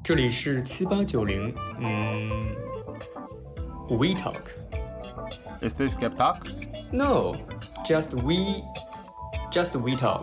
这里是7890，We Talk。 Is this Gap Talk? No, just we talk。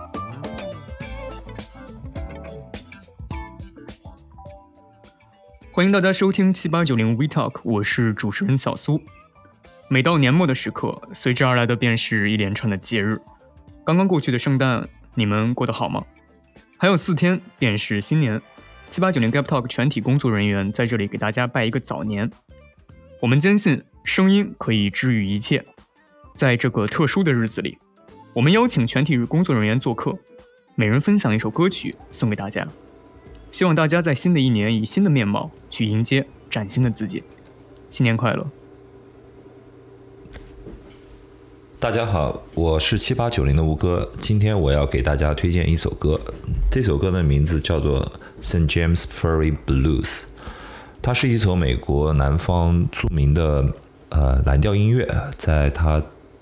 欢迎大家收听7890 We Talk， 我是主持人小苏。每到年末的时刻，随之而来的便是一连串的节日。刚刚过去的圣诞，你们过得好吗？还有4天便是新年，7890 Gap Talk 全体工作人员在这里给大家拜一个早年。我们坚信声音可以治愈一切，在这个特殊的日子里，我们邀请全体工作人员做客，每人分享一首歌曲送给大家。希望大家在新的一年以新的面貌去迎接崭新的自己。新年快乐！ 大家好，我是7890的吴哥，今天我要给大家推荐一首歌，这首歌的名字叫做 St. James Ferry Blues， 它是一首美国南方著名的蓝调音乐，在它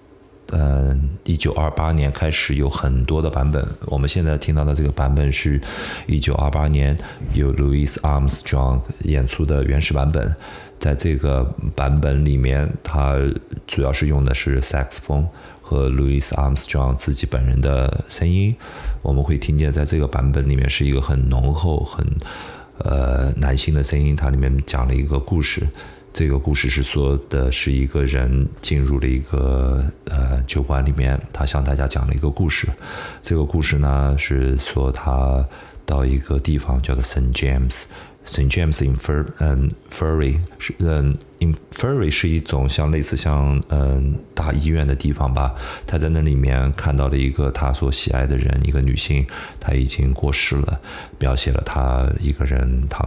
1928年开始有很多的版本，我们现在听到的这个版本是1928年由 Louis Armstrong 演出的原始版本。在这个版本里面，它主要是用的是萨克斯风和 Louis Armstrong 自己本人的声音。我们会听见在这个版本里面是一个很浓厚、很男性的声音，它里面讲了一个故事。这个故事是说的是一个人进入了一个酒馆里面，他向大家讲了一个故事。这个故事呢是说他到一个地方叫做 St. James in Ferry， Ferry 是一种类似像大医院的地方吧。他在那里面看到了一个他所喜爱的人，一个女性，她已经过世了，描写了她一个人躺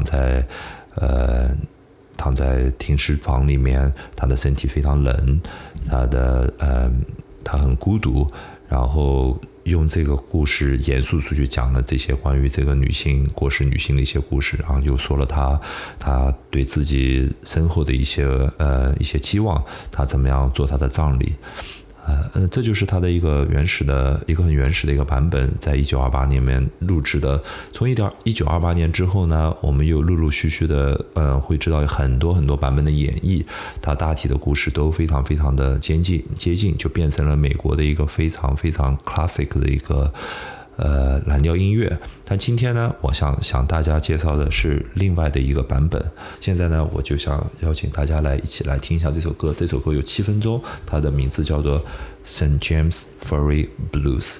在停尸房里面，她的身体非常冷，她很孤独，然后用这个故事严肃出去讲了这些关于这个过世女性的一些故事，然后又说了她对自己身后的一些期望，她怎么样做她的葬礼。这就是它的一个很原始的一个版本，在1928年里面录制的。从1928年之后呢，我们又陆陆续续的会知道有很多很多版本的演绎，它大体的故事都非常非常的接近，就变成了美国的一个非常非常 classic 的一个蓝调音乐。但今天呢，我想大家介绍的是另外的一个版本。现在呢，我就想邀请大家一起来听一下这首歌。这首歌有7分钟，它的名字叫做 St. James Ferry Blues。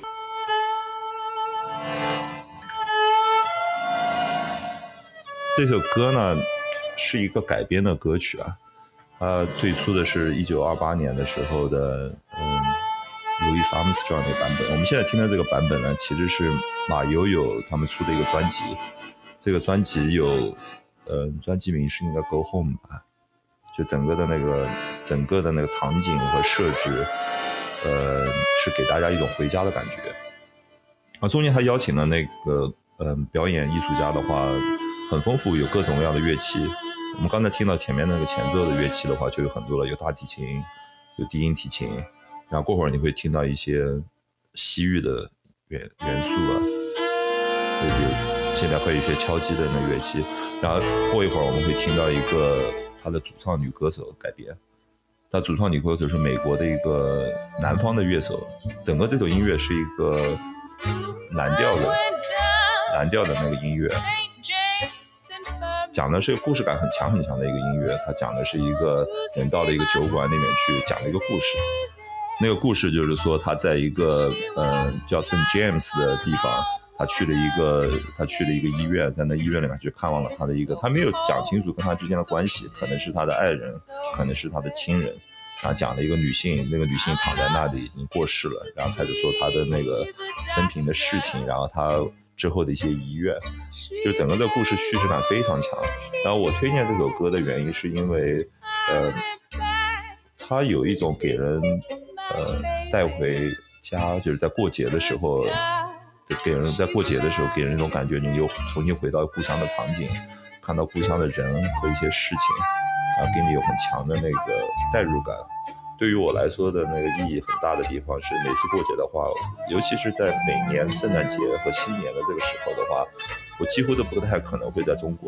这首歌呢是一个改编的歌曲啊，最初的是1928年的时候的Louis Armstrong 的版本。我们现在听的这个版本呢，其实是马友友他们出的一个专辑。这个专辑有专辑名是应该 Go Home 吧，就整个的那个场景和设置是给大家一种回家的感觉。中间他邀请了那个表演艺术家的话很丰富，有各种各样的乐器。我们刚才听到前面那个前奏的乐器的话就有很多了，有大提琴，有低音提琴，然后过会儿你会听到一些西域的元素就比如现在会有一些敲击的那乐器，然后过一会儿我们会听到一个他的主唱女歌手改编。他主唱女歌手是美国的一个南方的乐手，整个这首音乐是一个蓝调的那个音乐，讲的是故事感很强的一个音乐。他讲的是一个人到了一个酒馆里面去讲了一个故事。那个故事就是说他在一个叫 St. James 的地方，他去了一个医院，在那医院里面去看望了他的一个，他没有讲清楚跟他之间的关系，可能是他的爱人，可能是他的亲人。然后讲了一个女性，那个女性躺在那里已经过世了，然后开始说她的那个生平的事情，然后她之后的一些遗愿，就整个这个故事叙事感非常强。然后我推荐这首歌的原因是因为它有一种给人带回家，就是在过节的时候给人一种感觉，你又重新回到故乡的场景，看到故乡的人和一些事情，然后给你有很强的那个代入感。 对于我来说的那个意义很大的地方是，每次过节的话，尤其是在每年圣诞节和新年的这个时候的话，我几乎都不太可能会在中国，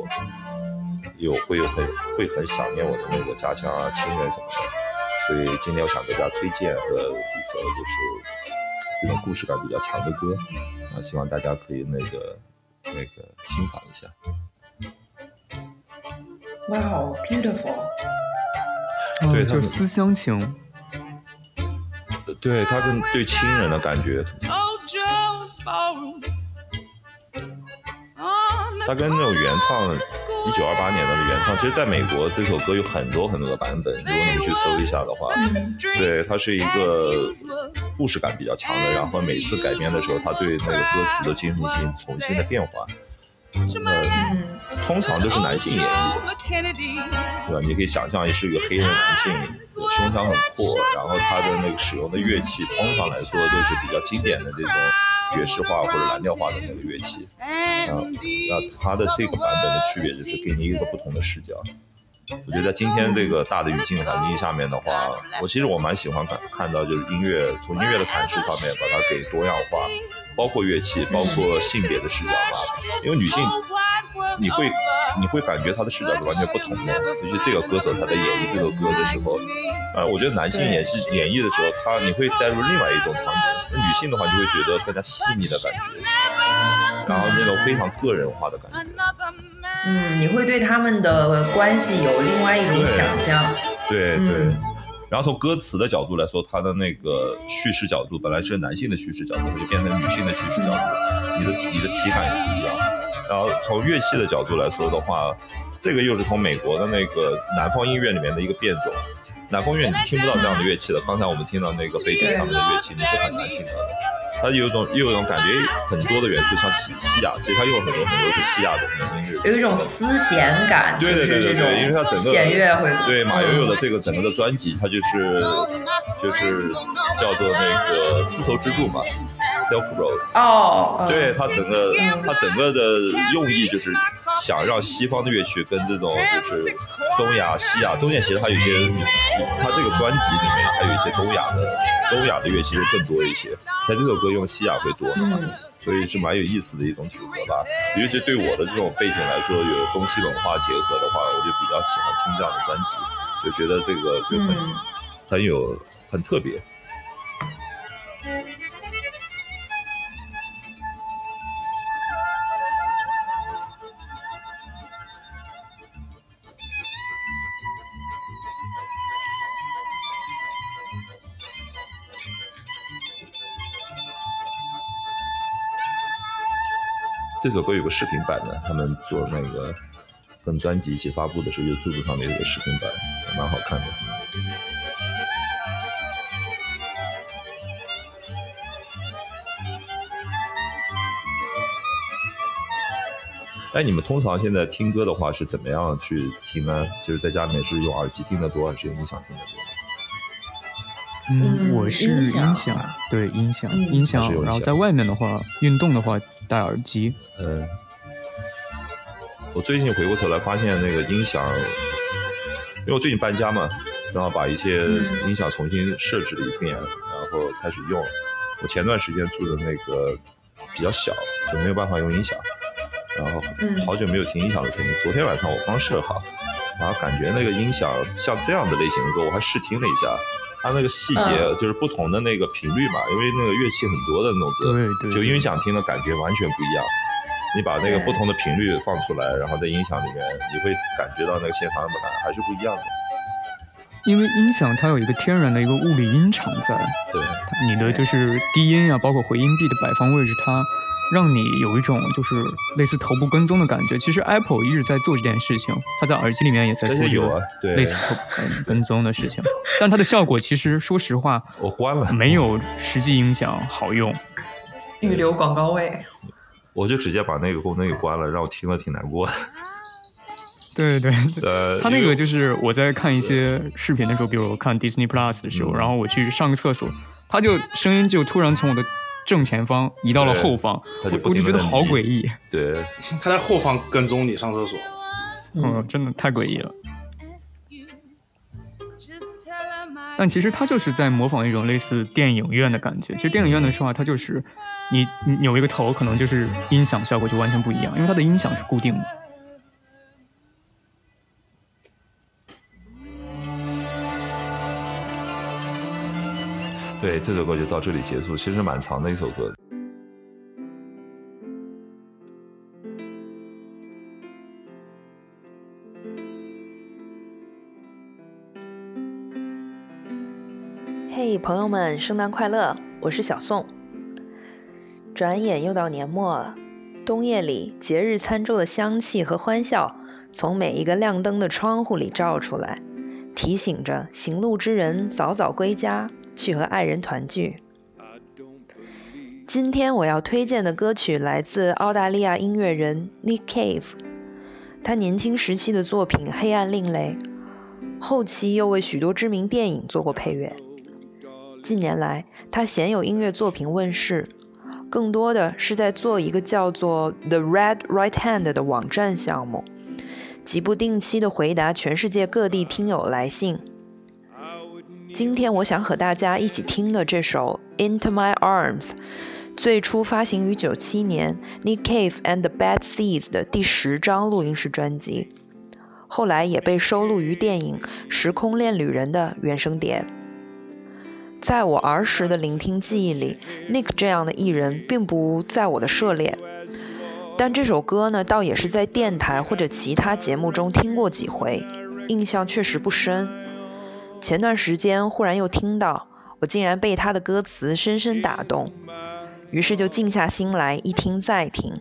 会很想念我的那个家乡啊、亲人什么的。所以今天我想给大家推荐和一首就是这种故事感比较强的歌啊，希望大家可以那个欣赏一下。 Wow, beautiful。 对， 就是思乡情。 对，他跟对亲人的感觉，他跟那种原唱1928年的原唱，其实在美国这首歌有很多很多的版本，如果你们去搜一下的话，对，它是一个故事感比较强的，然后每次改编的时候，他对那个歌词都进行重新的变化。通常都是男性演绎的，对吧？你可以想象是一个黑人男性，胸腔很阔，然后他的那个使用的乐器，通常来说都是比较经典的这种爵士化或者蓝调化的那个乐器。那他的这个版本的区别就是给你一个不同的视角。我觉得在今天这个大的语境环境下面的话，其实我蛮喜欢看到就是从音乐的阐释上面把它给多样化，包括乐器，包括性别的视角吧。因为女性，你会感觉她的视角是完全不同的。尤其这个歌手他在演绎这首歌的时候，我觉得男性演绎的时候，你会带入另外一种场景；女性的话，你会觉得更加细腻的感觉，然后那种非常个人化的感觉。 你会对他们的关系有另外一种想象。 对。然后从歌词的角度来说，它的那个叙事角度本来是男性的叙事角度，就变成女性的叙事角度，你的体感也不一样。然后从乐器的角度来说的话，这个又是从美国的那个南方音乐里面的一个变种。南方乐你听不到这样的乐器的，刚才我们听到那个背景上面的乐器，你是很难听到的。它又有一种感觉，很多的元素像西亚，其实它有很多是西亚的音乐， 有一种丝弦感。 对，因为它整个弦乐会。 对，马友友的这个整个的专辑，它就是叫做那个丝绸之路嘛 ，Silk Road。对，它整个的用意就是想让西方的乐曲跟这种就是东亚、西亚，中间其实还有一些，它这个专辑里面还有一些东亚的乐器是更多一些，在这首歌用西亚会多，所以是蛮有意思的一种组合吧。尤其对我的这种背景来说，有东西文化结合的话，我就比较喜欢听这样的专辑，就觉得这个就很特别。这首歌有个视频版的，他们做那个跟专辑一起发布的时候 ，YouTube 上面有个视频版，蛮好看的。哎，你们通常现在听歌的话是怎么样去听呢？就是在家里面是用耳机听的多，还是用音响听的多？ 我是音响，对，音响，然后在外面的话，运动的话戴耳机。 我最近回过头来发现那个音响，因为我最近搬家嘛，正好把一些音响重新设置了一遍，然后开始用。我前段时间住的那个比较小，就没有办法用音响，然后好久没有听音响的声音。昨天晚上我刚设好，然后感觉那个音响像这样的类型的歌，我还试听了一下。它那个细节就是不同的那个频率嘛，因为那个乐器很多的那种歌， 对， 就音响听的感觉完全不一样。你把那个不同的频率放出来，然后在音响里面，你会感觉到那个现场感还是不一样的。 因为音响它有一个天然的一个物理音场在， 对， 你的就是低音啊，包括回音壁的摆放位置，它让你有一种就是类似头部跟踪的感觉。其实 Apple 一直在做这件事情，它在耳机里面也在做这个类似头部跟踪的事情，但它的效果其实说实话， 我关了， 没有实际音响好用。 预留广告位， 我就直接把那个功能给关了，让我听了挺难过的。 对，他那个就是我在看一些视频的时候，比如我看 Disney Plus 的时候，然后我去上个厕所，他就声音就突然从我的正前方移到了后方，我就觉得好诡异。 对， 他在后方跟踪你上厕所， 真的太诡异了。 但其实它就是在模仿一种类似电影院的感觉。其实电影院的话，它就是你扭一个头，可能就是音响效果就完全不一样，因为它的音响是固定的。 对，这首歌就到这里结束，其实蛮长的一首歌。 嘿，朋友们，圣诞快乐！我是小宋。转眼又到年末了，冬夜里节日餐桌的香气和欢笑从每一个亮灯的窗户里照出来，提醒着行路之人早早归家，去和爱人团聚。今天我要推荐的歌曲来自澳大利亚音乐人 Nick Cave， 他年轻时期的作品黑暗另类，后期又为许多知名电影做过配乐。近年来，他鲜有音乐作品问世，更多的是在做一个叫做 The Red Right Hand 的网站项目，即不定期的回答全世界各地听友来信。今天我想和大家一起听的这首 Into My Arms， 最初发行于97年 Nick Cave and the Bad Seeds 的第10张录音室专辑，后来也被收录于电影《时空恋旅人》的原声碟。在我儿时的聆听记忆里， Nick 这样的艺人并不在我的涉猎，但这首歌呢，倒也是在电台或者其他节目中听过几回，印象确实不深。前段时间忽然又听到，我竟然被他的歌词深深打动，于是就静下心来一听再听。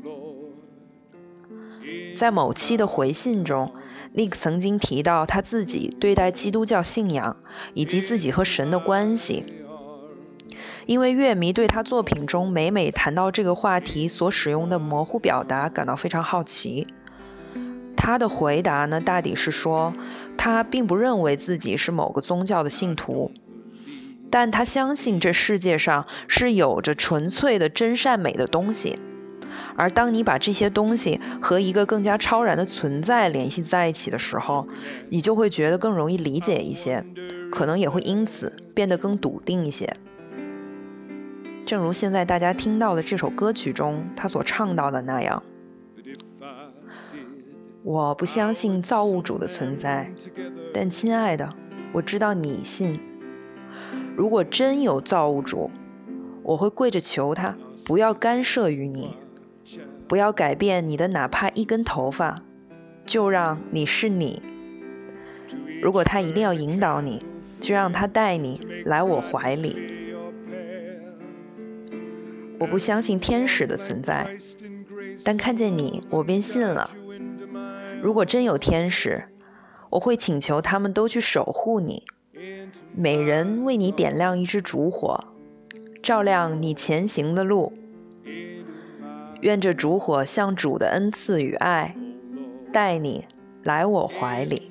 在某期的回信中，Nick 曾经提到他自己对待基督教信仰以及自己和神的关系，因为乐迷对他作品中每每谈到这个话题所使用的模糊表达感到非常好奇。他的回答呢，大抵是说他并不认为自己是某个宗教的信徒，但他相信这世界上是有着纯粹的真善美的东西，而当你把这些东西和一个更加超然的存在联系在一起的时候，你就会觉得更容易理解一些，可能也会因此变得更笃定一些。正如现在大家听到的这首歌曲中他所唱到的那样，我不相信造物主的存在，但亲爱的，我知道你信。如果真有造物主，我会跪着求他不要干涉于你，不要改变你的哪怕一根头发，就让你是你。如果他一定要引导你，就让他带你来我怀里。我不相信天使的存在，但看见你，我便信了。如果真有天使，我会请求他们都去守护你，每人为你点亮一支烛火，照亮你前行的路。愿这烛火像主的恩赐与爱，带你来我怀里。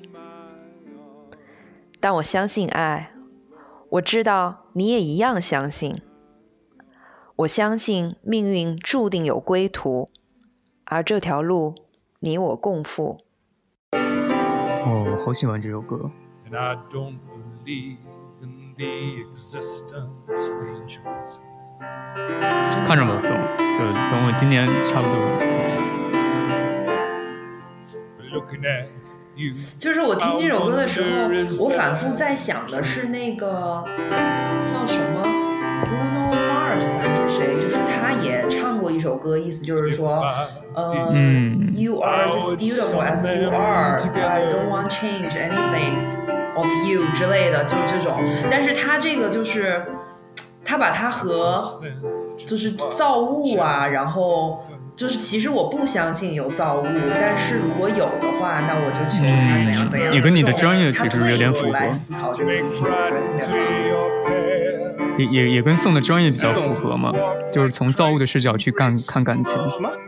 但我相信爱，我知道你也一样相信。我相信命运注定有归途，而这条路你我共赴。 哦，好喜欢这首歌。 And I don't believe in the existence of angels. 看着我送，就等我今年差不多。 Looking at you. 就是我听这首歌的时候，我反复在想的是那个叫什么 Bruno Mars 还是谁，就是他也唱过一首歌，意思就是说You are just beautiful as you are, I don't want to change anything of you 之类的，就这种。但是他这个就是他把它和就是造物啊，然后就是其实我不相信有造物，但是如果有的话，那我就求他怎样怎样。 也跟你的专业其实有点符合。 来思考这个问题，我觉得特别好。 也跟宋的专业比较符合嘛，就是从造物的视角去看感情。 什么？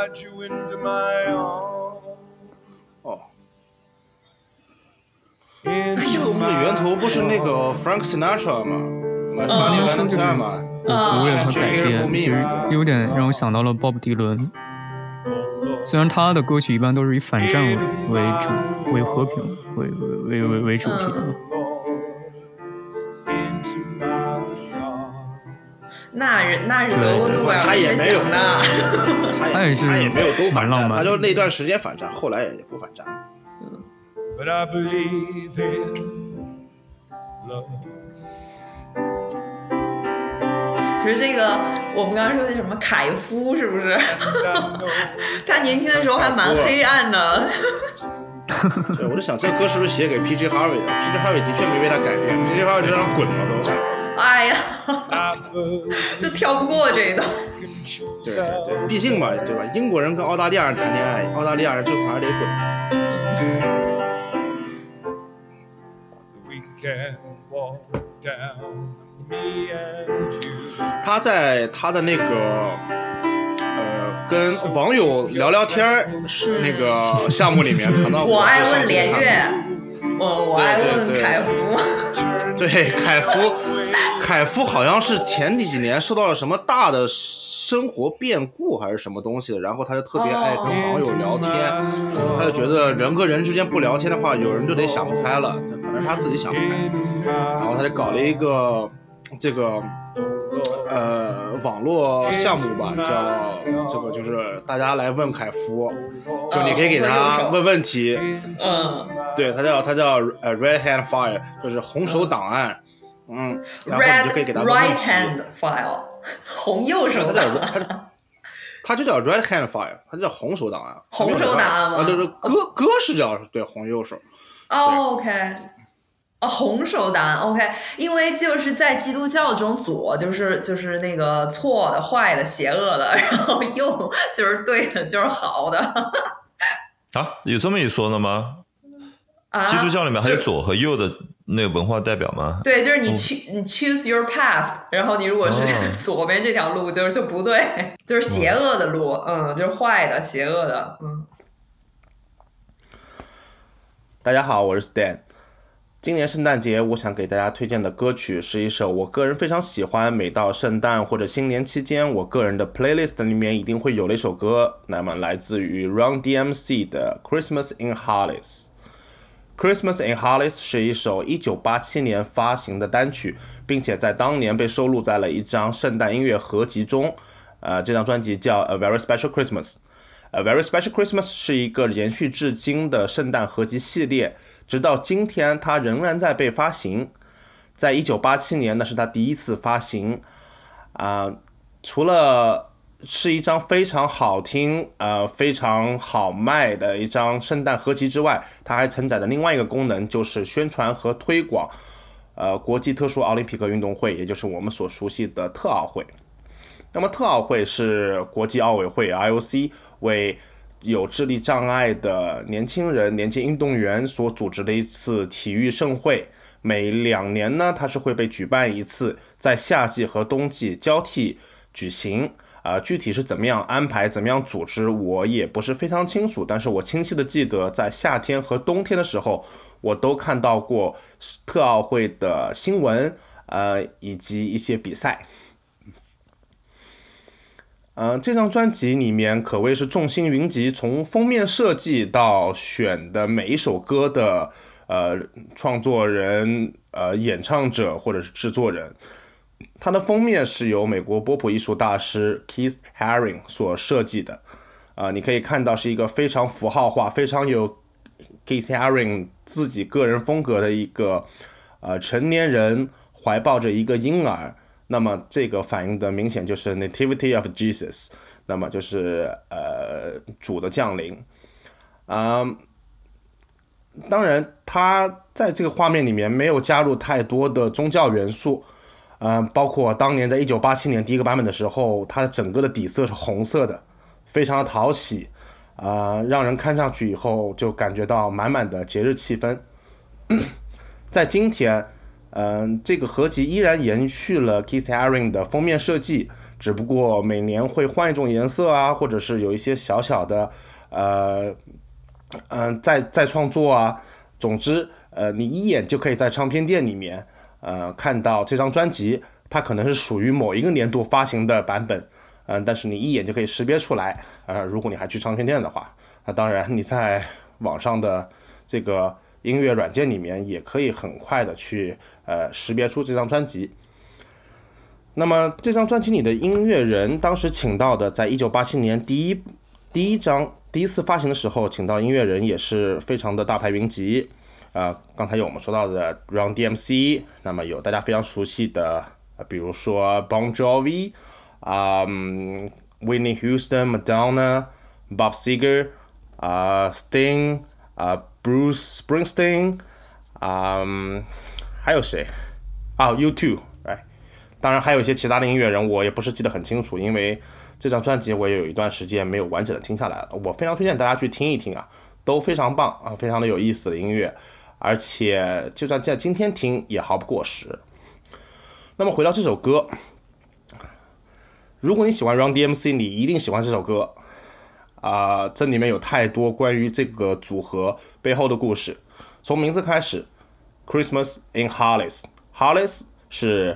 哦，这个的源头不是那个 Frank Sinatra 吗？My Funny Valentine 吗？ 为了他改编，其实有点让我想到了鲍勃迪伦。虽然他的歌曲一般都是以反战为主、为和平为主题的。 那是得过诺贝尔他也没有奖的。 他也没有都反战， 蛮浪漫他就那段时间反战，后来也不反战。 But I believe in love. 可是这个我们刚刚说的什么凯夫是不是？他年轻的时候还蛮黑暗的。 对，我就想这歌是不是写给 PG Harvey 的 ？PG Harvey 的确没为他改编，PG Harvey 就让他滚了都。 哎呀，就跳不过这一段。 对对对，毕竟嘛，对吧？英国人跟澳大利亚人谈恋爱，澳大利亚人最后还得滚。 We can walk down, me and you. 他在他的那个跟网友聊聊天是那个项目里面谈到过， 我爱问连月，我爱问凯夫。 对，凯夫好像是前几年受到了什么大的生活变故还是什么东西的，然后他就特别爱跟网友聊天，他就觉得人和人之间不聊天的话，有人就得想不开了，可能是他自己想不开，然后他就搞了一个这个网络项目吧，叫这个就是大家来问凯夫，就你可以给他问问题，对，他叫Red Hand File， 就是红手档案，然后你就可以给他问问题。 Red Hand File， 红右手档案。 他就叫 Red Hand File， 他就叫红手档案。 红手档案吗？ 对，歌是叫对红右手。 OK。红手档案 OK， 因为就是在基督教中，左就是那个错的、坏的、邪恶的，然后右就是对的，就是好的。 啊，有这么一说的吗？ 啊， 基督教里面还有左和右的那个文化代表吗？ 对，就是你choose your path， 然后你如果是左边这条路，就不对，就是邪恶的路，就是坏的、邪恶的， 大家好，我是 Stan。今年圣诞节，我想给大家推荐的歌曲是一首我个人非常喜欢，每到圣诞或者新年期间，我个人的 playlist 里面一定会有的一首歌，那么来自于 Run DMC 的 Christmas in Hollis。Christmas in Hollis 是一首1987年发行的单曲，并且在当年被收录在了一张圣诞音乐合集中。这张专辑叫 A Very Special Christmas。A Very Special Christmas 是一个延续至今的圣诞合集系列。直到今天，它仍然在被发行。在1987年，那是它第一次发行。除了是一张非常好听、非常好卖的一张圣诞合集之外，它还承载着另外一个功能，就是宣传和推广国际特殊奥林匹克运动会，也就是我们所熟悉的特奥会。那么特奥会是国际奥委会 IOC 为有智力障碍的年轻运动员所组织的一次体育盛会，每2年呢，它是会被举办一次，在夏季和冬季交替举行。具体是怎么样安排、怎么样组织，我也不是非常清楚，但是我清晰的记得，在夏天和冬天的时候，我都看到过特奥会的新闻，以及一些比赛。这张专辑里面可谓是众星云集，从封面设计到选的每一首歌的创作人、演唱者或者是制作人。它的封面是由美国波普艺术大师 Keith Haring 所设计的。你可以看到是一个非常符号化、非常有 Keith Haring 自己个人风格的一个成年人怀抱着一个婴儿。那么这个反映的明显就是 Nativity of Jesus， 那么就是主的降临。当然他在这个画面里面没有加入太多的宗教元素，包括当年在1987年第一个版本的时候，它整个的底色是红色的，非常的讨喜，让人看上去以后就感觉到满满的节日气氛。在今天这个合集依然延续了 Keith Haring 的封面设计，只不过每年会换一种颜色啊，或者是有一些小小的再创作啊。总之你一眼就可以在唱片店里面看到这张专辑，它可能是属于某一个年度发行的版本，但是你一眼就可以识别出来。如果你还去唱片店的话，当然你在网上的这个音乐软件里面也可以很快的去识别出这张专辑。 那么这张专辑里的音乐人，当时请到的，在1987年第一次发行的时候，请到音乐人也是非常的大牌云集。刚才有我们说到的 Run DMC， 那么有大家非常熟悉的，比如说 Bon Jovi，Whitney Houston、Madonna、Bob Seger、Sting、Bruce Springsteen，还有谁？U2，right？ 当然还有一些其他的音乐人，我也不是记得很清楚，因为这张专辑我也有一段时间没有完整的听下来了。我非常推荐大家去听一听啊，都非常棒啊，非常的有意思的音乐，而且就算在今天听也毫不过时。那么回到这首歌，如果你喜欢 Run DMC， 你一定喜欢这首歌这里面有太多关于这个组合背后的故事。从名字开始 ，Christmas in Hollis 是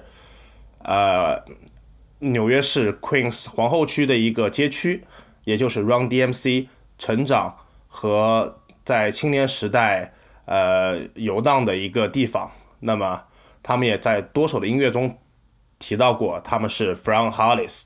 纽约市 Queens 皇后区的一个街区，也就是 Run DMC 成长和在青年时代游荡的一个地方。那么他们也在多首的音乐中提到过他们是 From Hollis。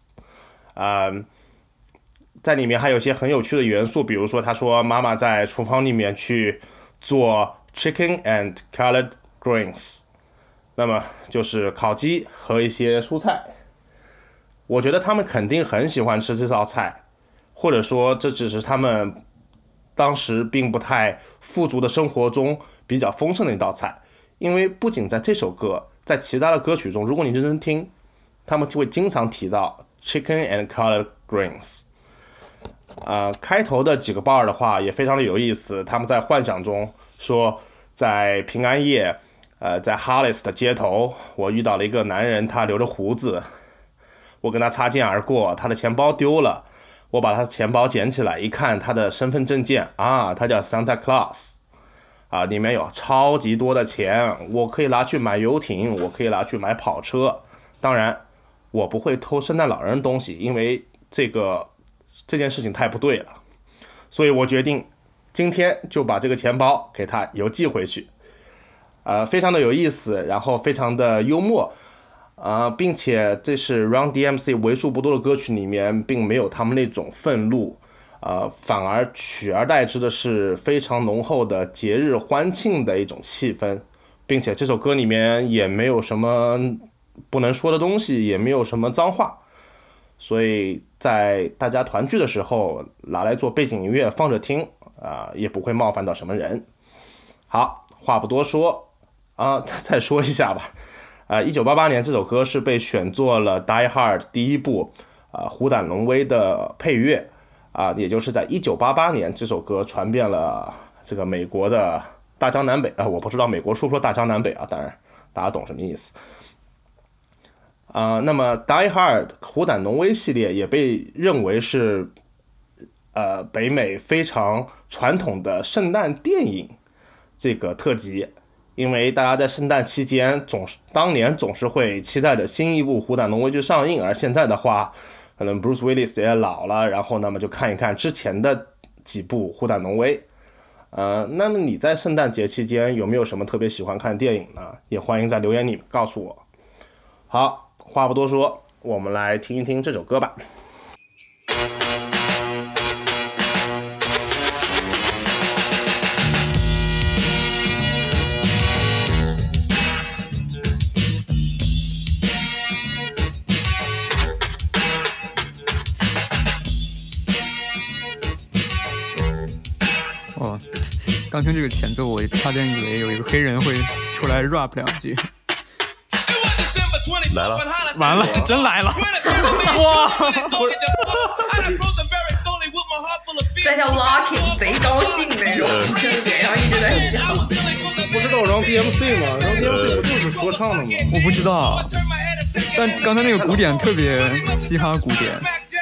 在里面还有一些很有趣的元素，比如说他说妈妈在厨房里面去做 chicken and collard greens， 那么就是烤鸡和一些蔬菜。我觉得他们肯定很喜欢吃这道菜，或者说这只是他们当时并不太富足的生活中比较丰盛的一道菜。因为不仅在这首歌，在其他的歌曲中，如果你认真听，他们就会经常提到 chicken and collard greens。开头的几个 bar 的话也非常的有意思，他们在幻想中说，在平安夜，在 Hollis 的街头，我遇到了一个男人，他留着胡子，我跟他擦肩而过，他的钱包丢了，我把他的钱包捡起来，一看他的身份证件他叫 Santa Claus，里面有超级多的钱，我可以拿去买游艇，我可以拿去买跑车。当然，我不会偷圣诞老人的东西，因为这件事情太不对了，所以我决定今天就把这个钱包给他邮寄回去。非常的有意思，然后非常的幽默，并且这是 Run DMC 为数不多的歌曲里面并没有他们那种愤怒，反而取而代之的是非常浓厚的节日欢庆的一种气氛，并且这首歌里面也没有什么不能说的东西，也没有什么脏话，所以在大家团聚的时候拿来做背景音乐放着听，也不会冒犯到什么人。好，话不多说，再说一下吧。1988年这首歌是被选作了 Die Hard 第一部虎胆龙威的配乐，也就是在1988年这首歌传遍了这个美国的大江南北。我不知道美国说不说大江南北当然大家懂什么意思。那么 Die Hard 虎胆龙威系列也被认为是北美非常传统的圣诞电影这个特辑，因为大家在圣诞期间当年总是会期待着新一部虎胆龙威剧上映，而现在的话可能 Bruce Willis 也老了，然后那么就看一看之前的几部虎胆龙威。那么你在圣诞节期间有没有什么特别喜欢看的电影呢？也欢迎在留言里告诉我。好，话不多说，我们来听一听这首歌吧。 刚听这个前奏，我差点以为有一个黑人会出来 rap 两句。 来了， 完了，真来了！哇！ 在叫 locking， 贼高兴那种，脸上一直在笑。 不知道 Run DMC 吗 ？Run DMC 不就是说唱的吗？ 我不知道，但刚才那个鼓点特别嘻哈鼓点。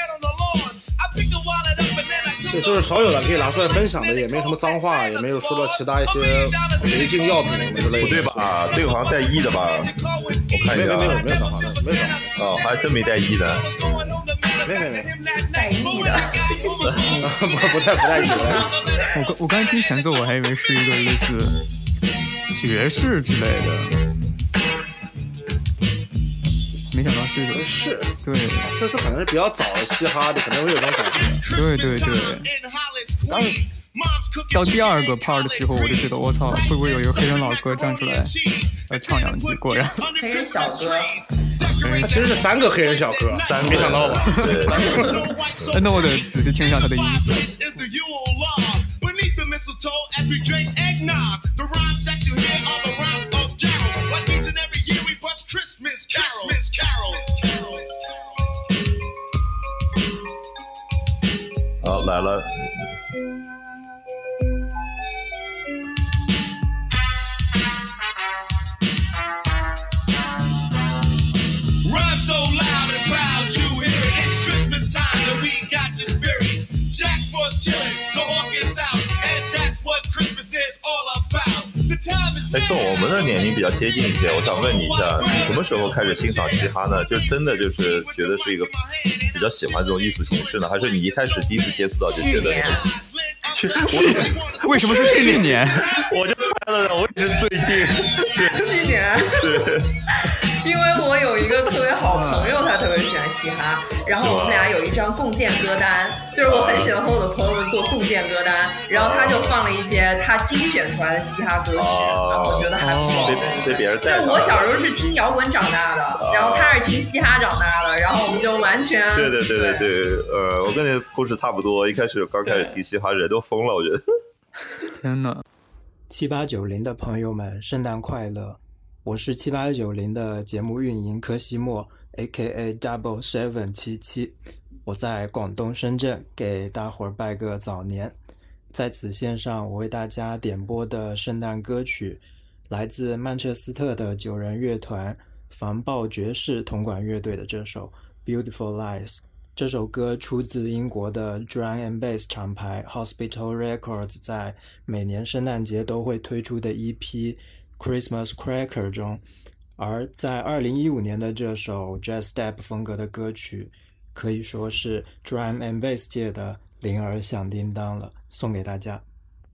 对，就是少有的可以拿出来分享的，也没什么脏话，也没有说到其他一些违禁药品什么之类的。 不对吧？这个好像带一的吧？我看一下。 没有脏话的，没有脏话。 还真没带一的。 没。 带一的。 不带一的。 我刚才听前奏，我还以为是一个类似爵士之类的，没想到是的， 是， 对， 这可能是比较早的嘻哈的，可能会有这种感觉。 对对对。 当时到第二个 part 的时候，我就觉得我操，会不会有一个黑人老哥站出来唱两句？果然， 黑人小哥， 他其实是3个黑人小哥，没想到吧？ 那我得仔细听一下他的音色。 好，来了。哎，宋，我们的年龄比较接近一些，我想问你一下，你什么时候开始欣赏嘻哈呢？就真的就是觉得是一个比较喜欢这种艺术形式呢，还是你一开始第一次接触到就觉得？ 为什么是去年？ 我就猜了，我也是最近。 去年。 对。 因为我有一个特别好朋友，他特别喜欢嘻哈，然后我们俩有一张共建歌单，就是我很喜欢和我的朋友们做共建歌单，然后他就放了一些他精选出来的嘻哈歌曲，然后我觉得还不错。 被别人带上。 就是我小时候是听摇滚长大的，然后他是听嘻哈长大的，然后我们就完全对，我跟你的故事差不多，一开始刚开始听嘻哈，人都疯了，我觉得。 天哪 ！7890的朋友们，圣诞快乐！我是7890的节目运营柯西莫 ，A.K.A. Double 777。我在广东深圳给大伙儿拜个早年。在此线上，我为大家点播的圣诞歌曲，来自曼彻斯特的9人乐团防暴爵士铜管乐队的这首《Beautiful Lies》。这首歌出自英国的 Drum and Bass 厂牌 Hospital Records 在每年圣诞节都会推出的EP Christmas Cracker 中，而在2015年的这首 Jazz Step 风格的歌曲可以说是 Drum and Bass 界的铃儿响叮当了，送给大家。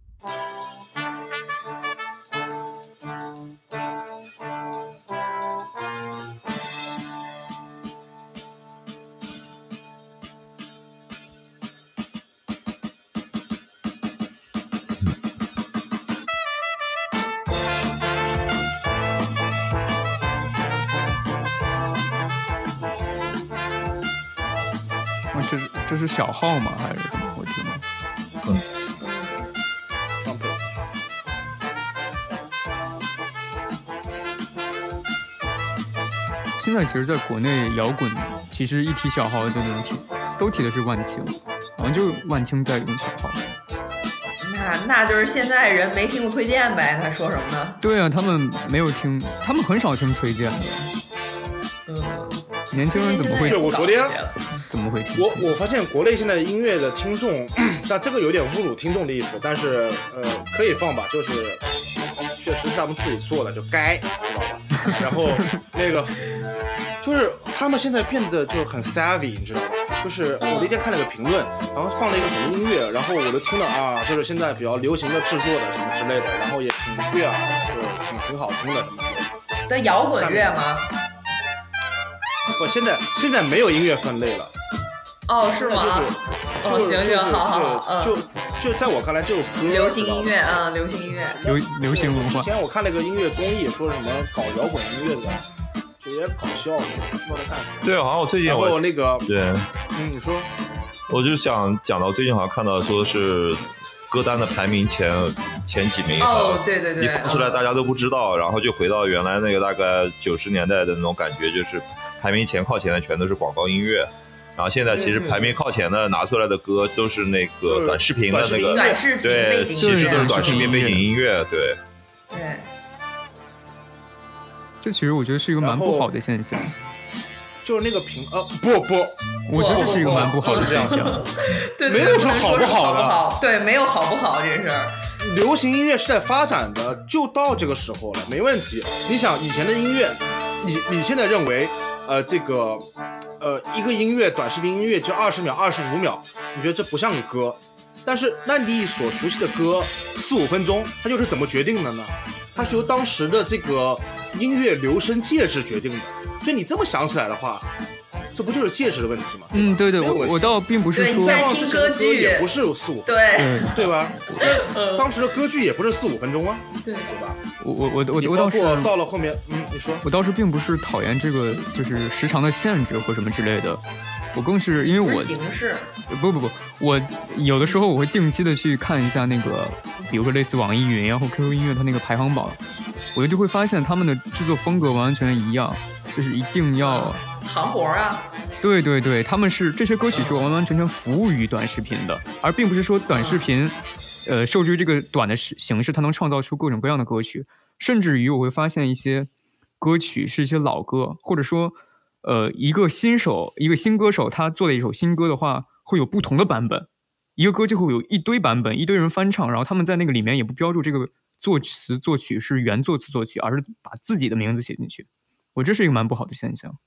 这是小号吗？还是什么？我记得。现在其实在国内摇滚，其实一提小号都提的是万青，好像就万青在用小号。 那就是现在人没听过崔健呗？他说什么呢？ 对啊，他们没有听，他们很少听崔健的。年轻人怎么会？ 对，我昨天怎么会听？ 我发现国内现在音乐的听众，但这个有点侮辱听众的意思，但是可以放吧，就是确实是他们自己做的，就该知道吧？然后那个就是他们现在变得就是很 savvy， 你知道吗？就是我那天看了个评论，然后放了一个什么音乐，然后我就听了啊，就是现在比较流行的制作的什么之类的，然后也挺悦耳，就是挺好听的什么之类的。 的摇滚乐吗？ 不，现在没有音乐分类了。 哦，是吗？行，好， 就在我看来就是歌。 流行音乐啊，流行音乐， 流行文化。 以前我看了个音乐综艺，说什么搞摇滚音乐的，就也搞笑的，不知道在干什么。 对，好像我最近我那个对， 你说， 我就想讲到最近好像看到说是歌单的排名前几名， 对， 一放出来大家都不知道，然后就回到原来那个大概90年代的那种感觉，就是排名靠前的全都是广告音乐。然后现在其实排名靠前的拿出来的歌都是那个短视频的那个，对，其实都是短视频背景音乐，对。 这其实我觉得是一个蛮不好的现象。 就是那个不， 我觉得这是一个蛮不好的现象。 对， 没有说好不好的， 对，没有好不好这事儿。 流行音乐是在发展的，就到这个时候了，没问题。你想以前的音乐，你现在认为，这个。一个音乐短视频音乐就20秒、25秒，你觉得这不像个歌？但是那你所熟悉的歌4-5分钟，它就是怎么决定的呢？它是由当时的这个音乐流声介质决定的。所以你这么想起来的话，这不就是介质的问题吗？ 对，我倒并不是说， 在听歌剧也不是4-5分钟，对吧？那当时的歌剧也不是4-5分钟啊，对吧？ 我倒是到了后面，你说， 我倒是并不是讨厌这个就是时长的限制或什么之类的，我更是因为我形式不，我有的时候我会定期的去看一下那个，比如说类似网易云或 QQ 音乐它那个排行榜，我就会发现他们的制作风格完全一样，就是一定要行活啊。 对，他们是这些歌曲是完完全全服务于短视频的，而并不是说短视频，受制于这个短的形式，它能创造出各种各样的歌曲，甚至于我会发现一些歌曲是一些老歌，或者说，一个新歌手他做了一首新歌的话，会有不同的版本，一个歌就会有一堆版本，一堆人翻唱，然后他们在那个里面也不标注这个作词作曲是原作词作曲，而是把自己的名字写进去，我这是一个蛮不好的现象。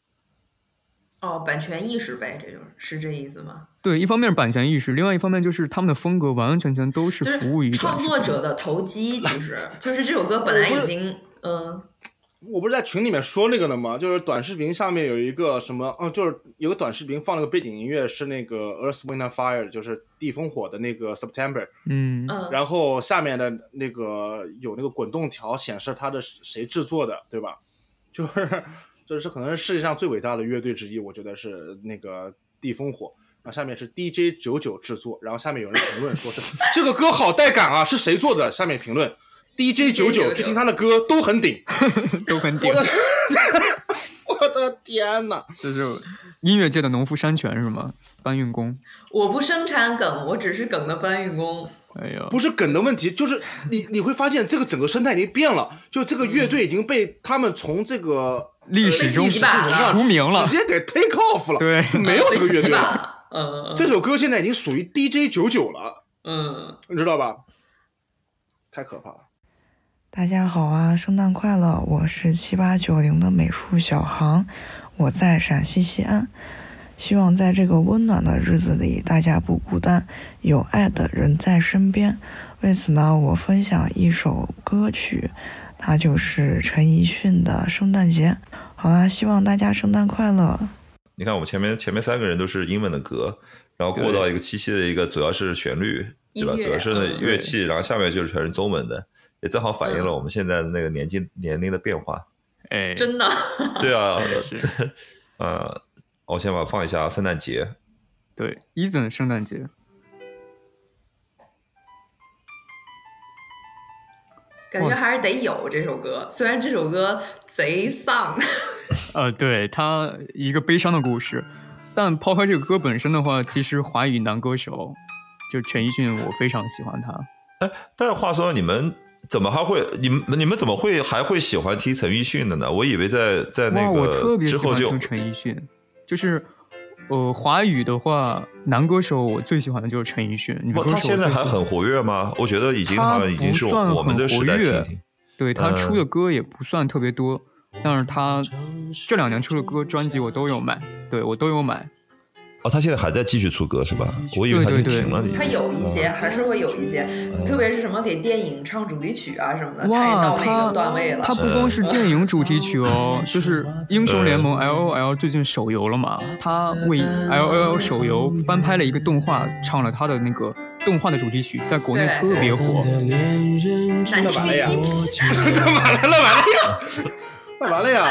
版权意识呗，这就是这意思吗？ 对，一方面是版权意识，另外一方面就是他们的风格完完全全都是服务于创作者的投机，其实就是这首歌本来已经我不是在群里面说那个的吗？就是短视频下面有一个什么，就是有个短视频放了个背景音乐是那个 Earth Wind and Fire， 就是地风火的那个 September， 然后下面的那个有那个滚动条显示它的谁制作的，对吧？就是可能是世界上最伟大的乐队之一，我觉得是那个地风火。然后下面是 DJ99 制作，然后下面有人评论说是这个歌好带感啊，是谁做的？下面评论 DJ99 去听他的歌都很顶， 都很顶。 我的天哪！ 这是音乐界的农夫山泉是吗？搬运工。 我不生产梗，我只是梗的搬运工。 哎呀， 不是梗的问题，就是你会发现这个整个生态已经变了，就这个乐队已经被他们从这个历史中除名了， 直接给 take off 了， 对， 就没有这个乐队了。这首歌现在已经属于 DJ99 了，你知道吧？太可怕了。 大家好啊，圣诞快乐！我是7890的美术小航，我在陕西西安。希望在这个温暖的日子里，大家不孤单，有爱的人在身边。为此呢，我分享一首歌曲，它就是陈奕迅的《圣诞节》。好啦，希望大家圣诞快乐。 你看我们前面3个人都是英文的歌，然后过到一个七夕的一个主要是旋律，对吧？主要是乐器，然后下面就是全是中文的，也正好反映了我们现在的那个年龄的变化。 哎， 真的。 对啊，我先把它放一下圣诞节。 对，Eason 圣诞节。 感觉还是得有这首歌，虽然这首歌贼丧。 对，它一个悲伤的故事，但抛开这个歌本身的话，其实华语男歌手就陈奕迅，我非常喜欢他。 但话说你们怎么还会你们怎么会还会喜欢听陈奕迅的呢？我以为在那我特别之后就喜欢听陈奕迅，就是华语的话，男歌手我最喜欢的就是陈奕迅。 他现在还很活跃吗？我觉得好像已经是我们这时代听听。 对，他出的歌也不算特别多，但是他这2年出的歌专辑我都有买，对，我都有买。 他现在还在继续出歌是吧？我以为他就停了。 他有一些还是会有一些，特别是什么给电影唱主题曲啊什么的，才到那个段位了。 他不光是电影主题曲哦，就是英雄联盟 LOL 最近手游了嘛，他为 LOL 手游翻拍了一个动画，唱了他的那个动画的主题曲，在国内特别火。 那完了呀！那完了呀！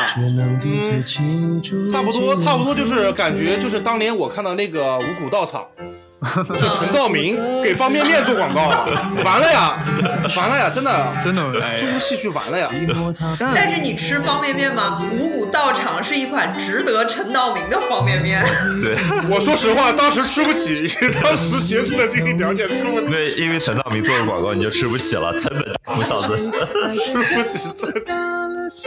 差不多就是感觉就是当年我看到那个五谷道场，就陈道明给方便面做广告了，完了呀，真的， 中国戏剧完了呀！ 但是你吃方便面吗？五谷道场是一款值得陈道明的方便面。 对， 我说实话，当时吃不起，当时学生的经济条件吃不起。 对，因为陈道明做的广告你就吃不起了，成本大不嫂子， 吃不起真的。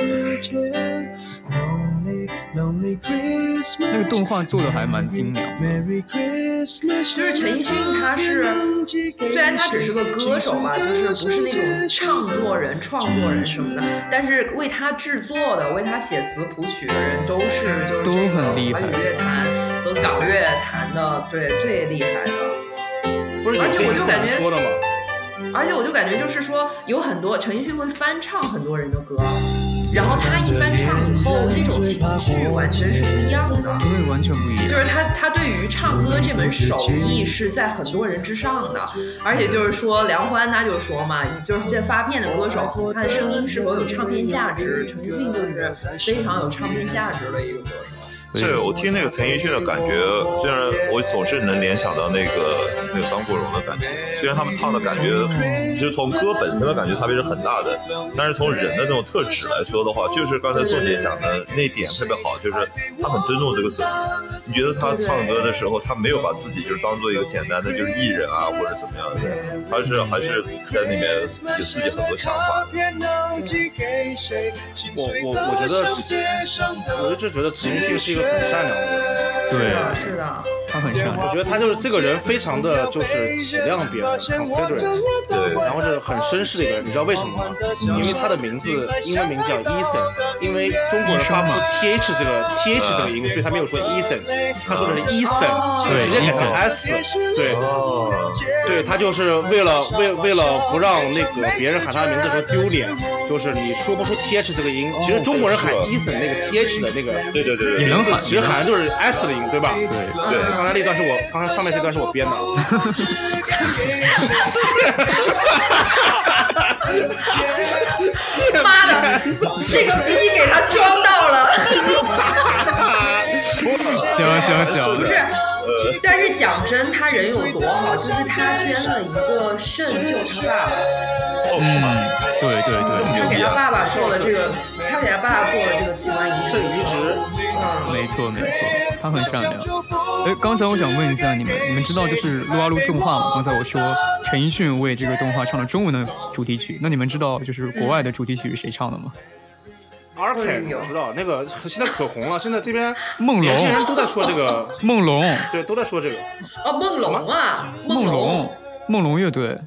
那个动画做的还蛮精良的。 就是陈奕迅，他是虽然他只是个歌手吧，就是不是那种唱作人、创作人什么的，但是为他制作的、为他写词谱曲的人都是就是这个华语乐坛和港乐坛的最厉害的。 不是，而且我就感觉说的嘛。 而且我就感觉就是说，有很多陈奕迅会翻唱很多人的歌， 然后他一翻唱以后，那种情绪完全是不一样的， 对，完全不一样。 就是他对于唱歌这门手艺是在很多人之上的，而且就是说梁欢他就说嘛，就是这发片的歌手，他的声音是否有唱片价值，陈奕迅就是非常有唱片价值的一个歌手。 是我听那个陈奕迅的感觉，虽然我总是能联想到那个张国荣的感觉，虽然他们唱的感觉其实从歌本身的感觉差别是很大的，但是从人的那种特质来说的话，就是刚才宋姐讲的那点特别好，就是他很尊重这个手艺。你觉得他唱歌的时候，他没有把自己就是当做一个简单的就是艺人啊或者怎么样的，他是还是在那边有自己很多想法。 我一直觉得陈奕迅是一个很善良的人。 对， 是的， 他很善良。 我觉得他就是这个人非常的就是体谅别人 ，considerate， 对，然后是很绅士的一个人。你知道为什么吗？因为他的名字英文名叫 Ethan， 因为中国人发不出 th 这个音，所以他没有说 Ethan， 他说的是 Ethan， 对， 直接改成 s， 对，对，他就是为了不让那个别人喊他的名字的时候丢脸，就是你说不出 th 这个音，其实中国人喊 Ethan 那个 th 的那个， 对， 也能喊， 其实喊的就是 s 的音，对吧？ 对， 刚才那段是我，刚才上面这段是我编的。 妈的，这个逼给他装到了。 行， 不是，但是讲真，他人有多好，就是他捐了一个肾救他爸爸。 对， 他给他爸爸做了这个，他给他爸爸做了这个器官移植。 没错，他很善良。刚才我想问一下你们知道就是撸啊撸动画吗？刚才我说陈奕迅为这个动画唱了中文的主题曲，那你们知道就是国外的主题曲是谁唱的吗 ？Arcane 我知道，那个现在可红了，现在这边梦龙年轻人都在说这个梦龙， 对，都在说这个。 哦，梦龙啊， 梦龙乐队。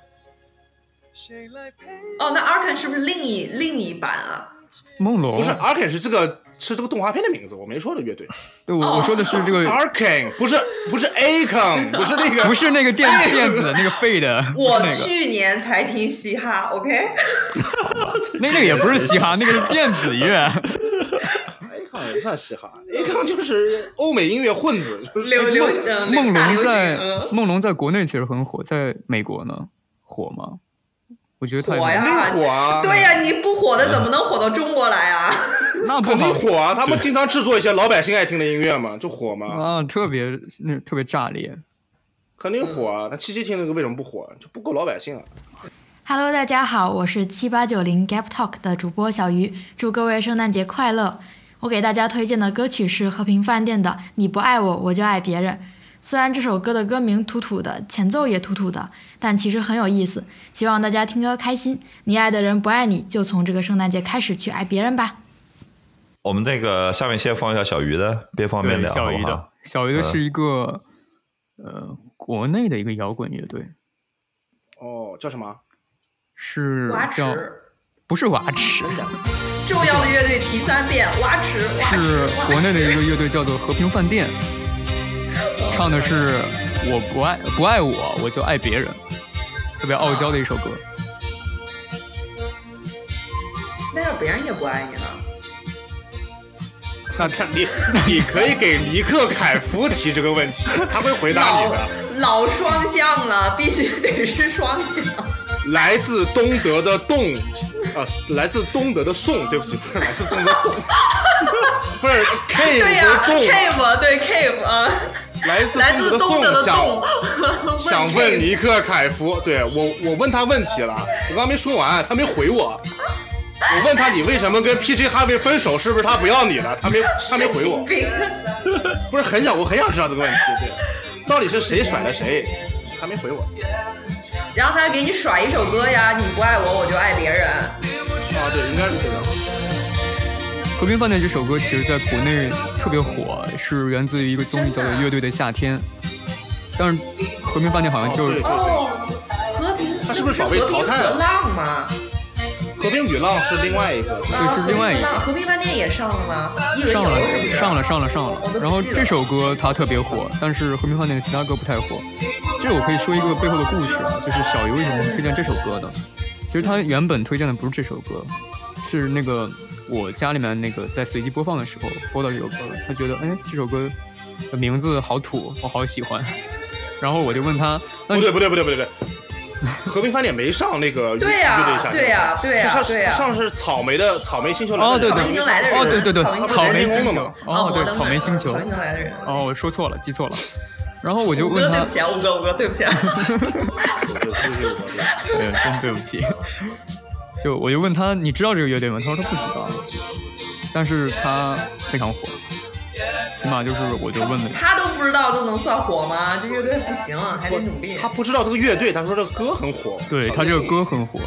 哦，那 Arcane 是不是另一版啊？ 梦龙不是 Arcane 是这个动画片的名字，我没说的乐队。 对，我说的是这个 Arcane， 不是 Akon， 不是那个， 不是那个电子那个废的。 我去年才听嘻哈 ，OK？ 那个也不是嘻哈，那个是电子乐。 Akon 也算嘻哈 ，Akon 就是欧美音乐混子。 梦龙在国内其实很火，在美国呢火吗？我觉得太火呀， 火啊！ 对呀，你不火的怎么能火到中国来啊？ 那肯定火啊！他们经常制作一些老百姓爱听的音乐嘛，就火嘛。 啊，特别炸裂， 肯定火啊！那77听那个为什么不火？就不够老百姓啊。 Hello， 大家好，我是7890 Gap Talk 的主播小鱼，祝各位圣诞节快乐！我给大家推荐的歌曲是和平饭店的《你不爱我，我就爱别人》。虽然这首歌的歌名土土的，前奏也土土的，但其实很有意思。希望大家听歌开心，你爱的人不爱你，就从这个圣诞节开始去爱别人吧。 我们那个下面先放一下小鱼的，别方便聊，好不好？ 小鱼的是一个国内的一个摇滚乐队。 哦，叫什么？ 是蛙池？ 不是蛙池。 重要的乐队提3遍，蛙池。 是国内的一个乐队，叫做和平饭店。唱的是我不爱我就爱别人，特别傲娇的一首歌。 那要别人也不爱你呢？ 那你可以给尼克凯夫提这个问题，他会回答你的。 老双向了，必须得是双向。 来自东德的洞，来自东德的宋，对不起，不是来自东德洞，不是 cave 对呀 cave 对 cave 啊。 来自东德的洞，想问尼克凯夫，对我问他问题了，我刚没说完，他没回我。我问他你为什么跟 PJ 哈维分手，是不是他不要你了？他没回我。不是我很想知道这个问题，对，到底是谁甩了谁？他没回我。 然后他给你甩一首歌呀，你不爱我，我就爱别人。 啊，对，应该是这样。 和平饭店这首歌其实在国内特别火，是源自于一个综艺叫做《乐队的夏天》，但是和平饭店好像就是和平， 他是不是早被淘汰了？ 和浪吗？ 和平与浪是另外一个， 对，是另外一个。 和平饭店也上了吗？ 上了。然后这首歌它特别火，但是和平饭店的其他歌不太火。这我可以说一个背后的故事啊，就是小鱼为什么推荐这首歌的。其实他原本推荐的不是这首歌， 是那个我家里面那个在随机播放的时候播到这首歌了，他觉得这首歌的名字好土，我好喜欢。然后我就问他， 不对，和平饭店没上那个乐队夏天， 对呀， 上是草莓星球来的人， 草莓星球来的人， 对，草莓星球嘛， 对，草莓星球来的人， 我说错了，记错了。然后我就问他， 对不起啊，五哥，对不起啊， 真对不起。我就问他，你知道这个乐队吗？他说他不知道，但是他非常火。起码就是我就问了， 他都不知道就能算火吗？这乐队不行，还得努力。 他不知道这个乐队，他说这个歌很火。 对，他这个歌很火，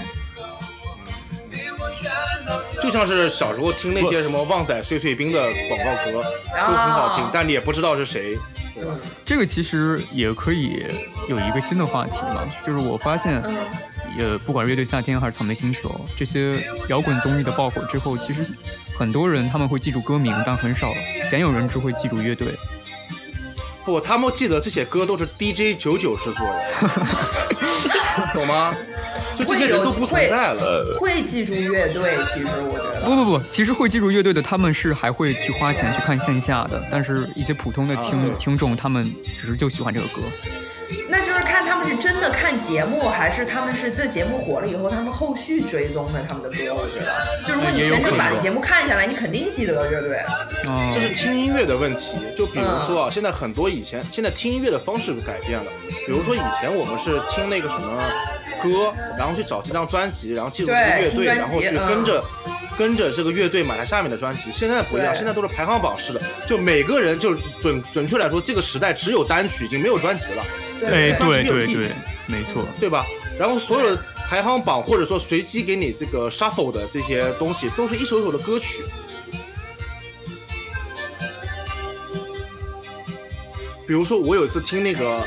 就像是小时候听那些什么旺仔碎碎冰的广告歌，都很好听，但你也不知道是谁。 这个其实也可以有一个新的话题嘛，就是我发现，不管乐队夏天还是草莓星球这些摇滚综艺的爆火之后，其实很多人他们会记住歌名，但很少鲜有人只会记住乐队。 不，他们记得这些歌都是 DJ99制作的，懂吗？就这些人都不存在了。 会记住乐队，其实我觉得不，其实会记住乐队的，他们是还会去花钱去看线下的，但是一些普通的听众，他们只是就喜欢这个歌。 那就是看他们是真的看节目，还是他们是这节目火了以后，他们后续追踪的他们的歌。我觉得，就如果你全程把节目看下来，你肯定记得乐队。 这是听音乐的问题。就比如说啊，现在很多现在听音乐的方式改变了。比如说以前我们是听那个什么歌，然后去找这张专辑，然后记住这个乐队，然后去跟着这个乐队买它下面的专辑。现在不一样，现在都是排行榜式的，就每个人就准确来说，这个时代只有单曲，已经没有专辑了。 对，没错， 对吧？然后所有的排行榜或者说随机给你这个 shuffle 的这些东西，都是一首一首的歌曲。比如说，我有一次听那个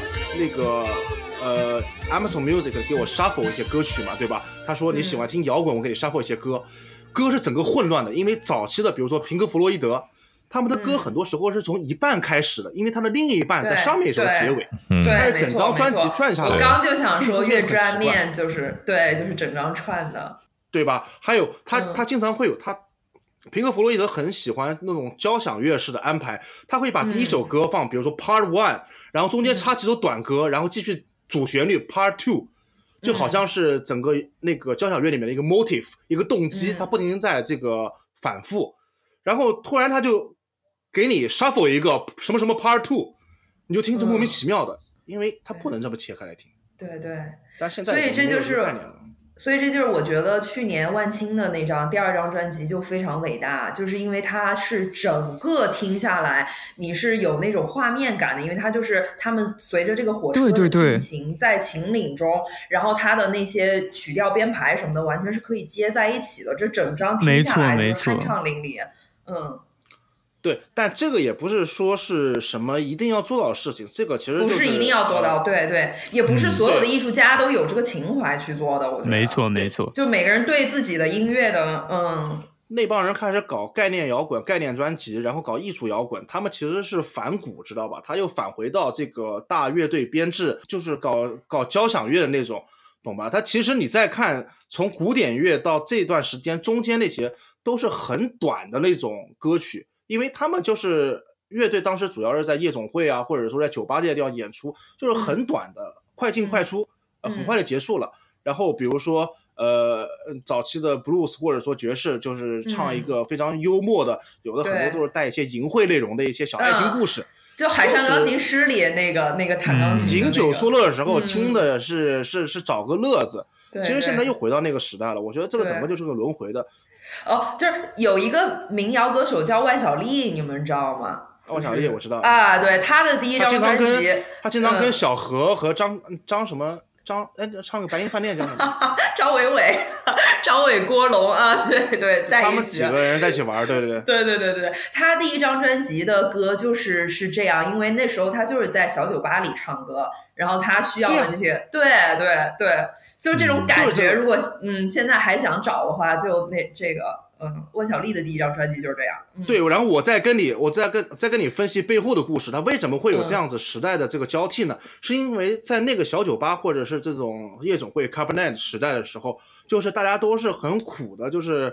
Amazon Music 给我 shuffle 一些歌曲嘛，对吧？他说你喜欢听摇滚，我给你 shuffle 一些歌，歌是整个混乱的，因为早期的，比如说平克·弗洛伊德。他们的歌很多时候是从一半开始的，因为他的另一半在上面一首结尾，但是整张专辑转下来。 我刚就想说，越转面就是整张串的， 对吧？还有他经常会有平克·弗洛伊德很喜欢那种交响乐式的安排，他会把第一首歌放，比如说 Part 1，然后中间插几首短歌，然后继续主旋律 Part 2，就好像是整个那个交响乐里面的一个 motif， 一个动机，它不停在这个反复，然后突然他就给你 shuffle 一个什么什么 Part 2， 你就听着莫名其妙的，因为它不能这么切开来听。 对， 但现在所以这就是我觉得去年万青的那张第二张专辑就非常伟大，就是因为它是整个听下来你是有那种画面感的，因为它就是他们随着这个火车的进行在秦岭中，然后它的那些曲调编排什么的完全是可以接在一起的，这整张听下来就是酣畅淋漓。 对，但这个也不是说是什么一定要做到的事情，这个其实不是一定要做到，对，也不是所有的艺术家都有这个情怀去做的，我觉得。 没错， 就每个人对自己的音乐的， 那帮人开始搞概念摇滚、概念专辑，然后搞艺术摇滚，他们其实是反骨，知道吧？他又返回到这个大乐队编制，就是搞交响乐的那种，懂吧？他其实你再看，从古典乐到这段时间中间那些都是很短的那种歌曲。因为他们就是乐队，当时主要是在夜总会啊，或者说在酒吧这些地方演出，就是很短的，快进快出，很快就结束了。然后比如说早期的 blues 或者说爵士，就是唱一个非常幽默的，有的很多都是带一些淫秽内容的一些小爱情故事。 就海上钢琴师里那个弹钢琴， 饮酒作乐的时候听的是找个乐子。其实现在又回到那个时代了，我觉得这个整个就是个轮回的。 就是有一个民谣歌手叫万晓利，你们知道吗？ 万晓利我知道啊，对，他的第一张专辑， 他经常跟小何和张什么唱个白银饭店叫什么？ 张伟郭龙啊，对，在一起， 他们几个人在一起玩，对， 他第一张专辑的歌是这样，因为那时候他就是在小酒吧里唱歌，然后他需要的这些，对。就这种感觉，如果现在还想找的话，就这个万晓利的第一张专辑就是这样。 对，然后我再跟你分析背后的故事，它为什么会有这样子时代的这个交替呢？是因为在那个小酒吧或者是这种夜总会 Cabernet 时代的时候，就是大家都是很苦的，就是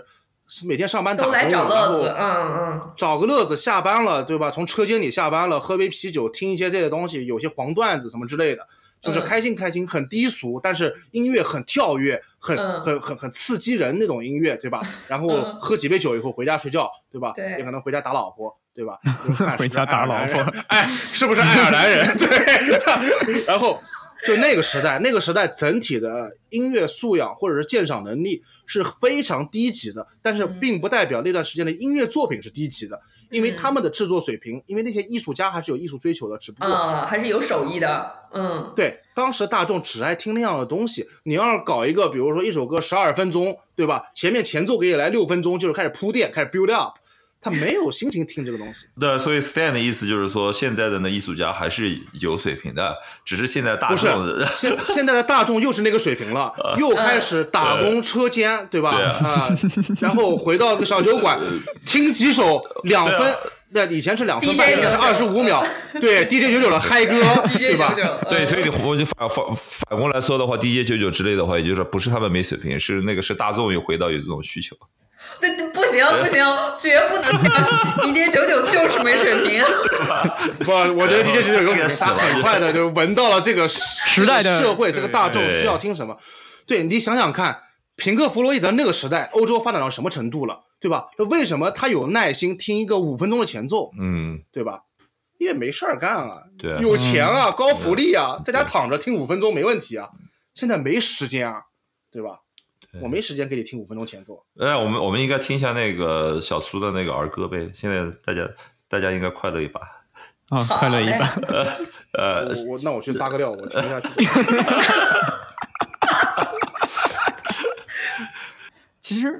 每天上班打工都来找乐子， 找个乐子，下班了对吧？从车间里下班了，喝杯啤酒，听一些这些东西，有些黄段子什么之类的，就是开心，很低俗，但是音乐很跳跃，很刺激人那种音乐，对吧？然后喝几杯酒以后回家睡觉，对吧？ 对， 也可能回家打老婆，对吧？ 回家打老婆， 哎，是不是爱尔兰人？对，然后。就那个时代整体的音乐素养或者是鉴赏能力是非常低级的，但是并不代表那段时间的音乐作品是低级的，因为他们的制作水平，因为那些艺术家还是有艺术追求的，只不过还是有手艺的， 对，当时大众只爱听那样的东西，你要是搞一个，比如说一首歌12分钟，对吧？前奏给你来6分钟，就是开始铺垫，开始 build up。他没有心情听这个东西。 对，所以 Stan 的意思就是说，现在的那艺术家还是有水平的，只是现在大众的现在的大众又是那个水平了，又开始打工车间，对吧？然后回到那个小酒馆，听几首2分。那以前是2分半25秒，对 DJ99 的嗨歌，对吧？ 对，所以我就反过来说的话 ，DJ99 之类的话，也就是说不是他们没水平，是大众又回到有这种需求。 对，不行，绝不能这样洗。DJ99 就是没水平。 不，我觉得 DJ99 有水平，他很快的就闻到了这个时代的社会，这个大众需要听什么。对，你想想看，平克·弗洛伊德那个时代，欧洲发展到什么程度了，对吧？为什么他有耐心听一个5分钟的前奏？对吧？因为没事儿干啊， 对啊， 有钱啊，高福利啊，在家躺着听5分钟没问题啊。现在没时间啊，对吧？我没时间给你听5分钟前奏。 我们应该听一下那个小苏的那个儿歌呗。现在大家应该快乐一把啊，快乐一把。 那我去撒个尿，我听下去。 其实，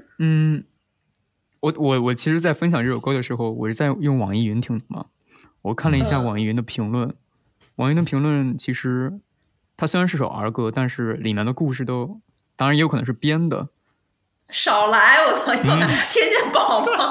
我其实，在分享这首歌的时候，我是在用网易云听的嘛。我看了一下网易云的评论，网易云的评论其实它虽然是首儿歌，但是里面的故事都。当然也有可能是编的。 少来，我操！天线宝吗？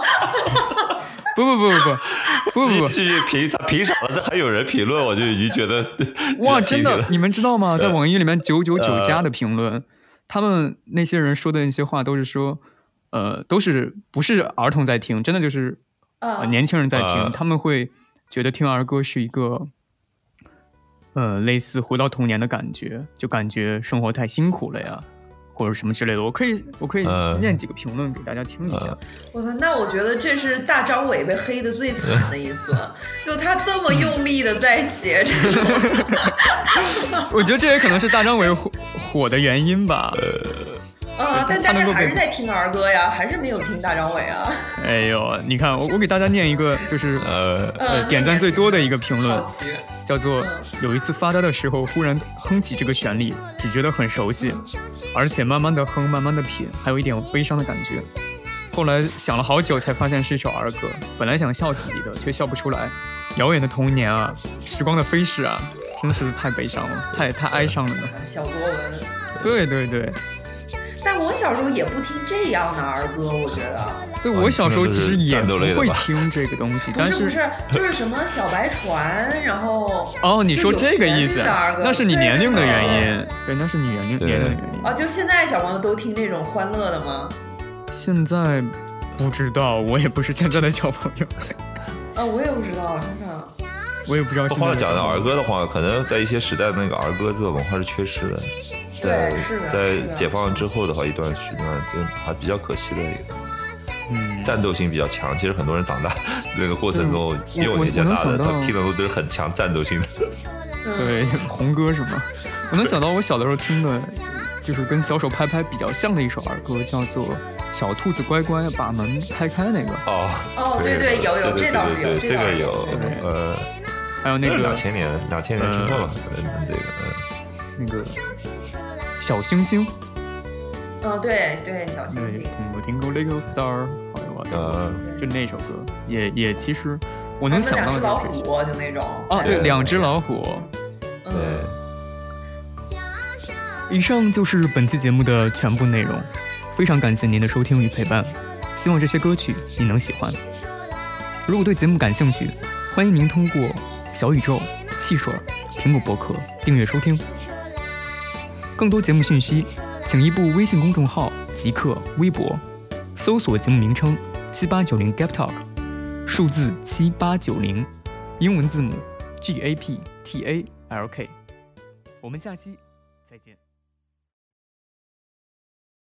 不， 继续凭啥了？这还有人评论，我就已经觉得哇，真的，你们知道吗？在网易里面999加的评论，他们那些人说的那些话都是说，都是不是儿童在听，真的就是年轻人在听，他们会觉得听儿歌是一个。类似回到童年的感觉，就感觉生活太辛苦了呀，或者什么之类的。我可以念几个评论给大家听一下。 我操，那我觉得这是大张伟被黑的最惨的一次，就他这么用力的在写这种。 我觉得这也可能是大张伟火的原因吧。 但大家还是在听儿歌呀，还是没有听大张伟啊。 哎呦，你看我给大家念一个，就是点赞最多的一个评论，叫做有一次发呆的时候，忽然哼起这个旋律，只觉得很熟悉，而且慢慢的哼，慢慢的品，还有一点悲伤的感觉。后来想了好久，才发现是一首儿歌。本来想笑自己的，却笑不出来。遥远的童年啊，时光的飞逝啊，真是太悲伤了，太哀伤了呢。 小作文。 对。 但我小时候也不听这样的儿歌，我觉得。 对，我小时候其实也不会听这个东西，但是不是，就是什么小白船，然后你说这个意思，那是你年龄的原因，对，那是你年龄的原因啊。就现在小朋友都听这种欢乐的吗？ 现在不知道，我也不是现在的小朋友。 我也不知道，真的。 我也不知道。 话讲的儿歌的话，可能在一些时代，那个儿歌这个文化是缺失的。在解放之后的话，一段时间就还比较可惜的一个，战斗性比较强。其实很多人长大那个过程中，因为我年纪大的，他听的都是很强战斗性的。 对，红歌是吗？我能想到我小的时候听的，就是跟小手拍拍比较像的一首儿歌，叫做《小兔子乖乖把门开开》那个。 对，有这倒是有， 这个有， 还有那个 2000年之后了，这个那个小星星。 对，小星星。 Tingle Little Star， 就那首歌，也其实我能想到的就是2只老虎，就那种。 对，2只老虎。以上就是本期节目的全部内容，非常感谢您的收听与陪伴，希望这些歌曲你能喜欢。如果对节目感兴趣，欢迎您通过小宇宙、汽水、苹果播客订阅收听。更多节目信息，请移步微信公众号、极客微博搜索节目名称7890 Gap Talk， 数字7890，英文字母 GAPTALK。我们下期再见。